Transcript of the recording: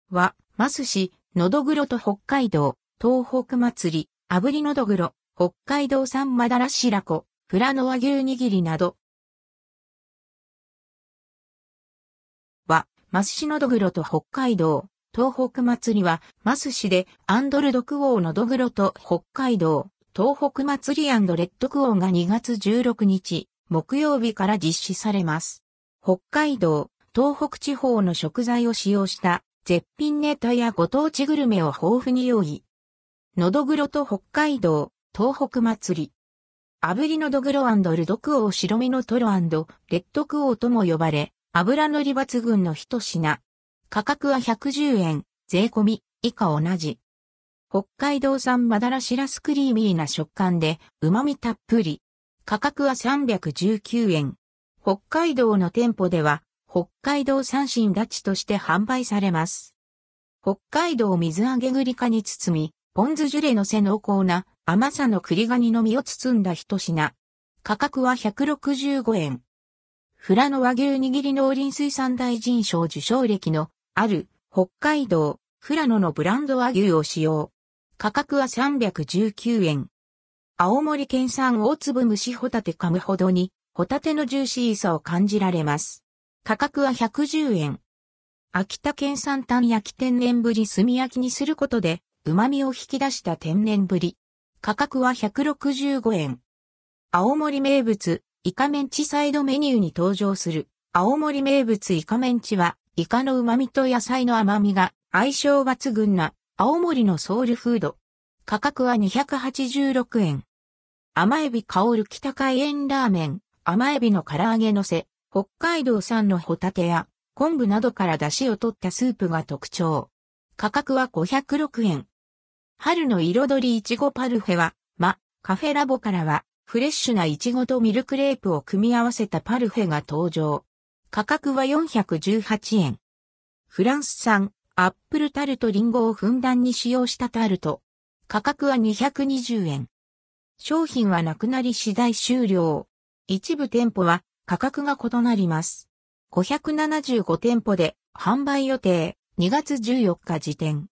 は、ますし、のどぐろと北海道、東北祭り、炙りのどぐろ、北海道産まだら白子、富良野和牛握りなど。は、ますしのどぐろと北海道、東北祭りは、ますしで、アンドルドクオーのどぐろと北海道、東北祭り&レッドクオーが2月16日、木曜日から実施されます。北海道、東北地方の食材を使用した絶品ネタやご当地グルメを豊富に用意。のどぐろと北海道、東北祭り。炙りのどぐろ&ルドクオー白身のトロ&レッドクオーとも呼ばれ、脂のり抜群の一品。価格は110円、税込み、以下同じ。北海道産まだらしらすクリーミーな食感で、旨味たっぷり。価格は319円。北海道の店舗では、北海道産新立ちとして販売されます。北海道水揚げ栗化に包み、ポン酢ジュレのせ濃厚な甘さの栗ガニの実を包んだ一品。価格は165円。富良野和牛握り農林水産大臣賞受賞歴のある北海道富良野のブランド和牛を使用。価格は319円。青森県産大粒蒸しホタテ噛むほどにホタテのジューシーさを感じられます。価格は110円。秋田県産炭焼き天然ぶり炭焼きにすることで旨味を引き出した天然ぶり。価格は165円。青森名物イカメンチサイドメニューに登場する青森名物イカメンチはイカの旨味と野菜の甘みが相性抜群な青森のソウルフード。価格は286円。甘エビ香る北海塩ラーメン。甘エビの唐揚げのせ、北海道産のホタテや昆布などから出汁を取ったスープが特徴。価格は506円。春の彩りいちごパルフェは、カフェラボからは、フレッシュないちごとミルクレープを組み合わせたパルフェが登場。価格は418円。フランス産、アップルタルトリンゴをふんだんに使用したタルト。価格は220円。商品はなくなり次第終了。一部店舗は価格が異なります。575店舗で販売予定。2月14日時点。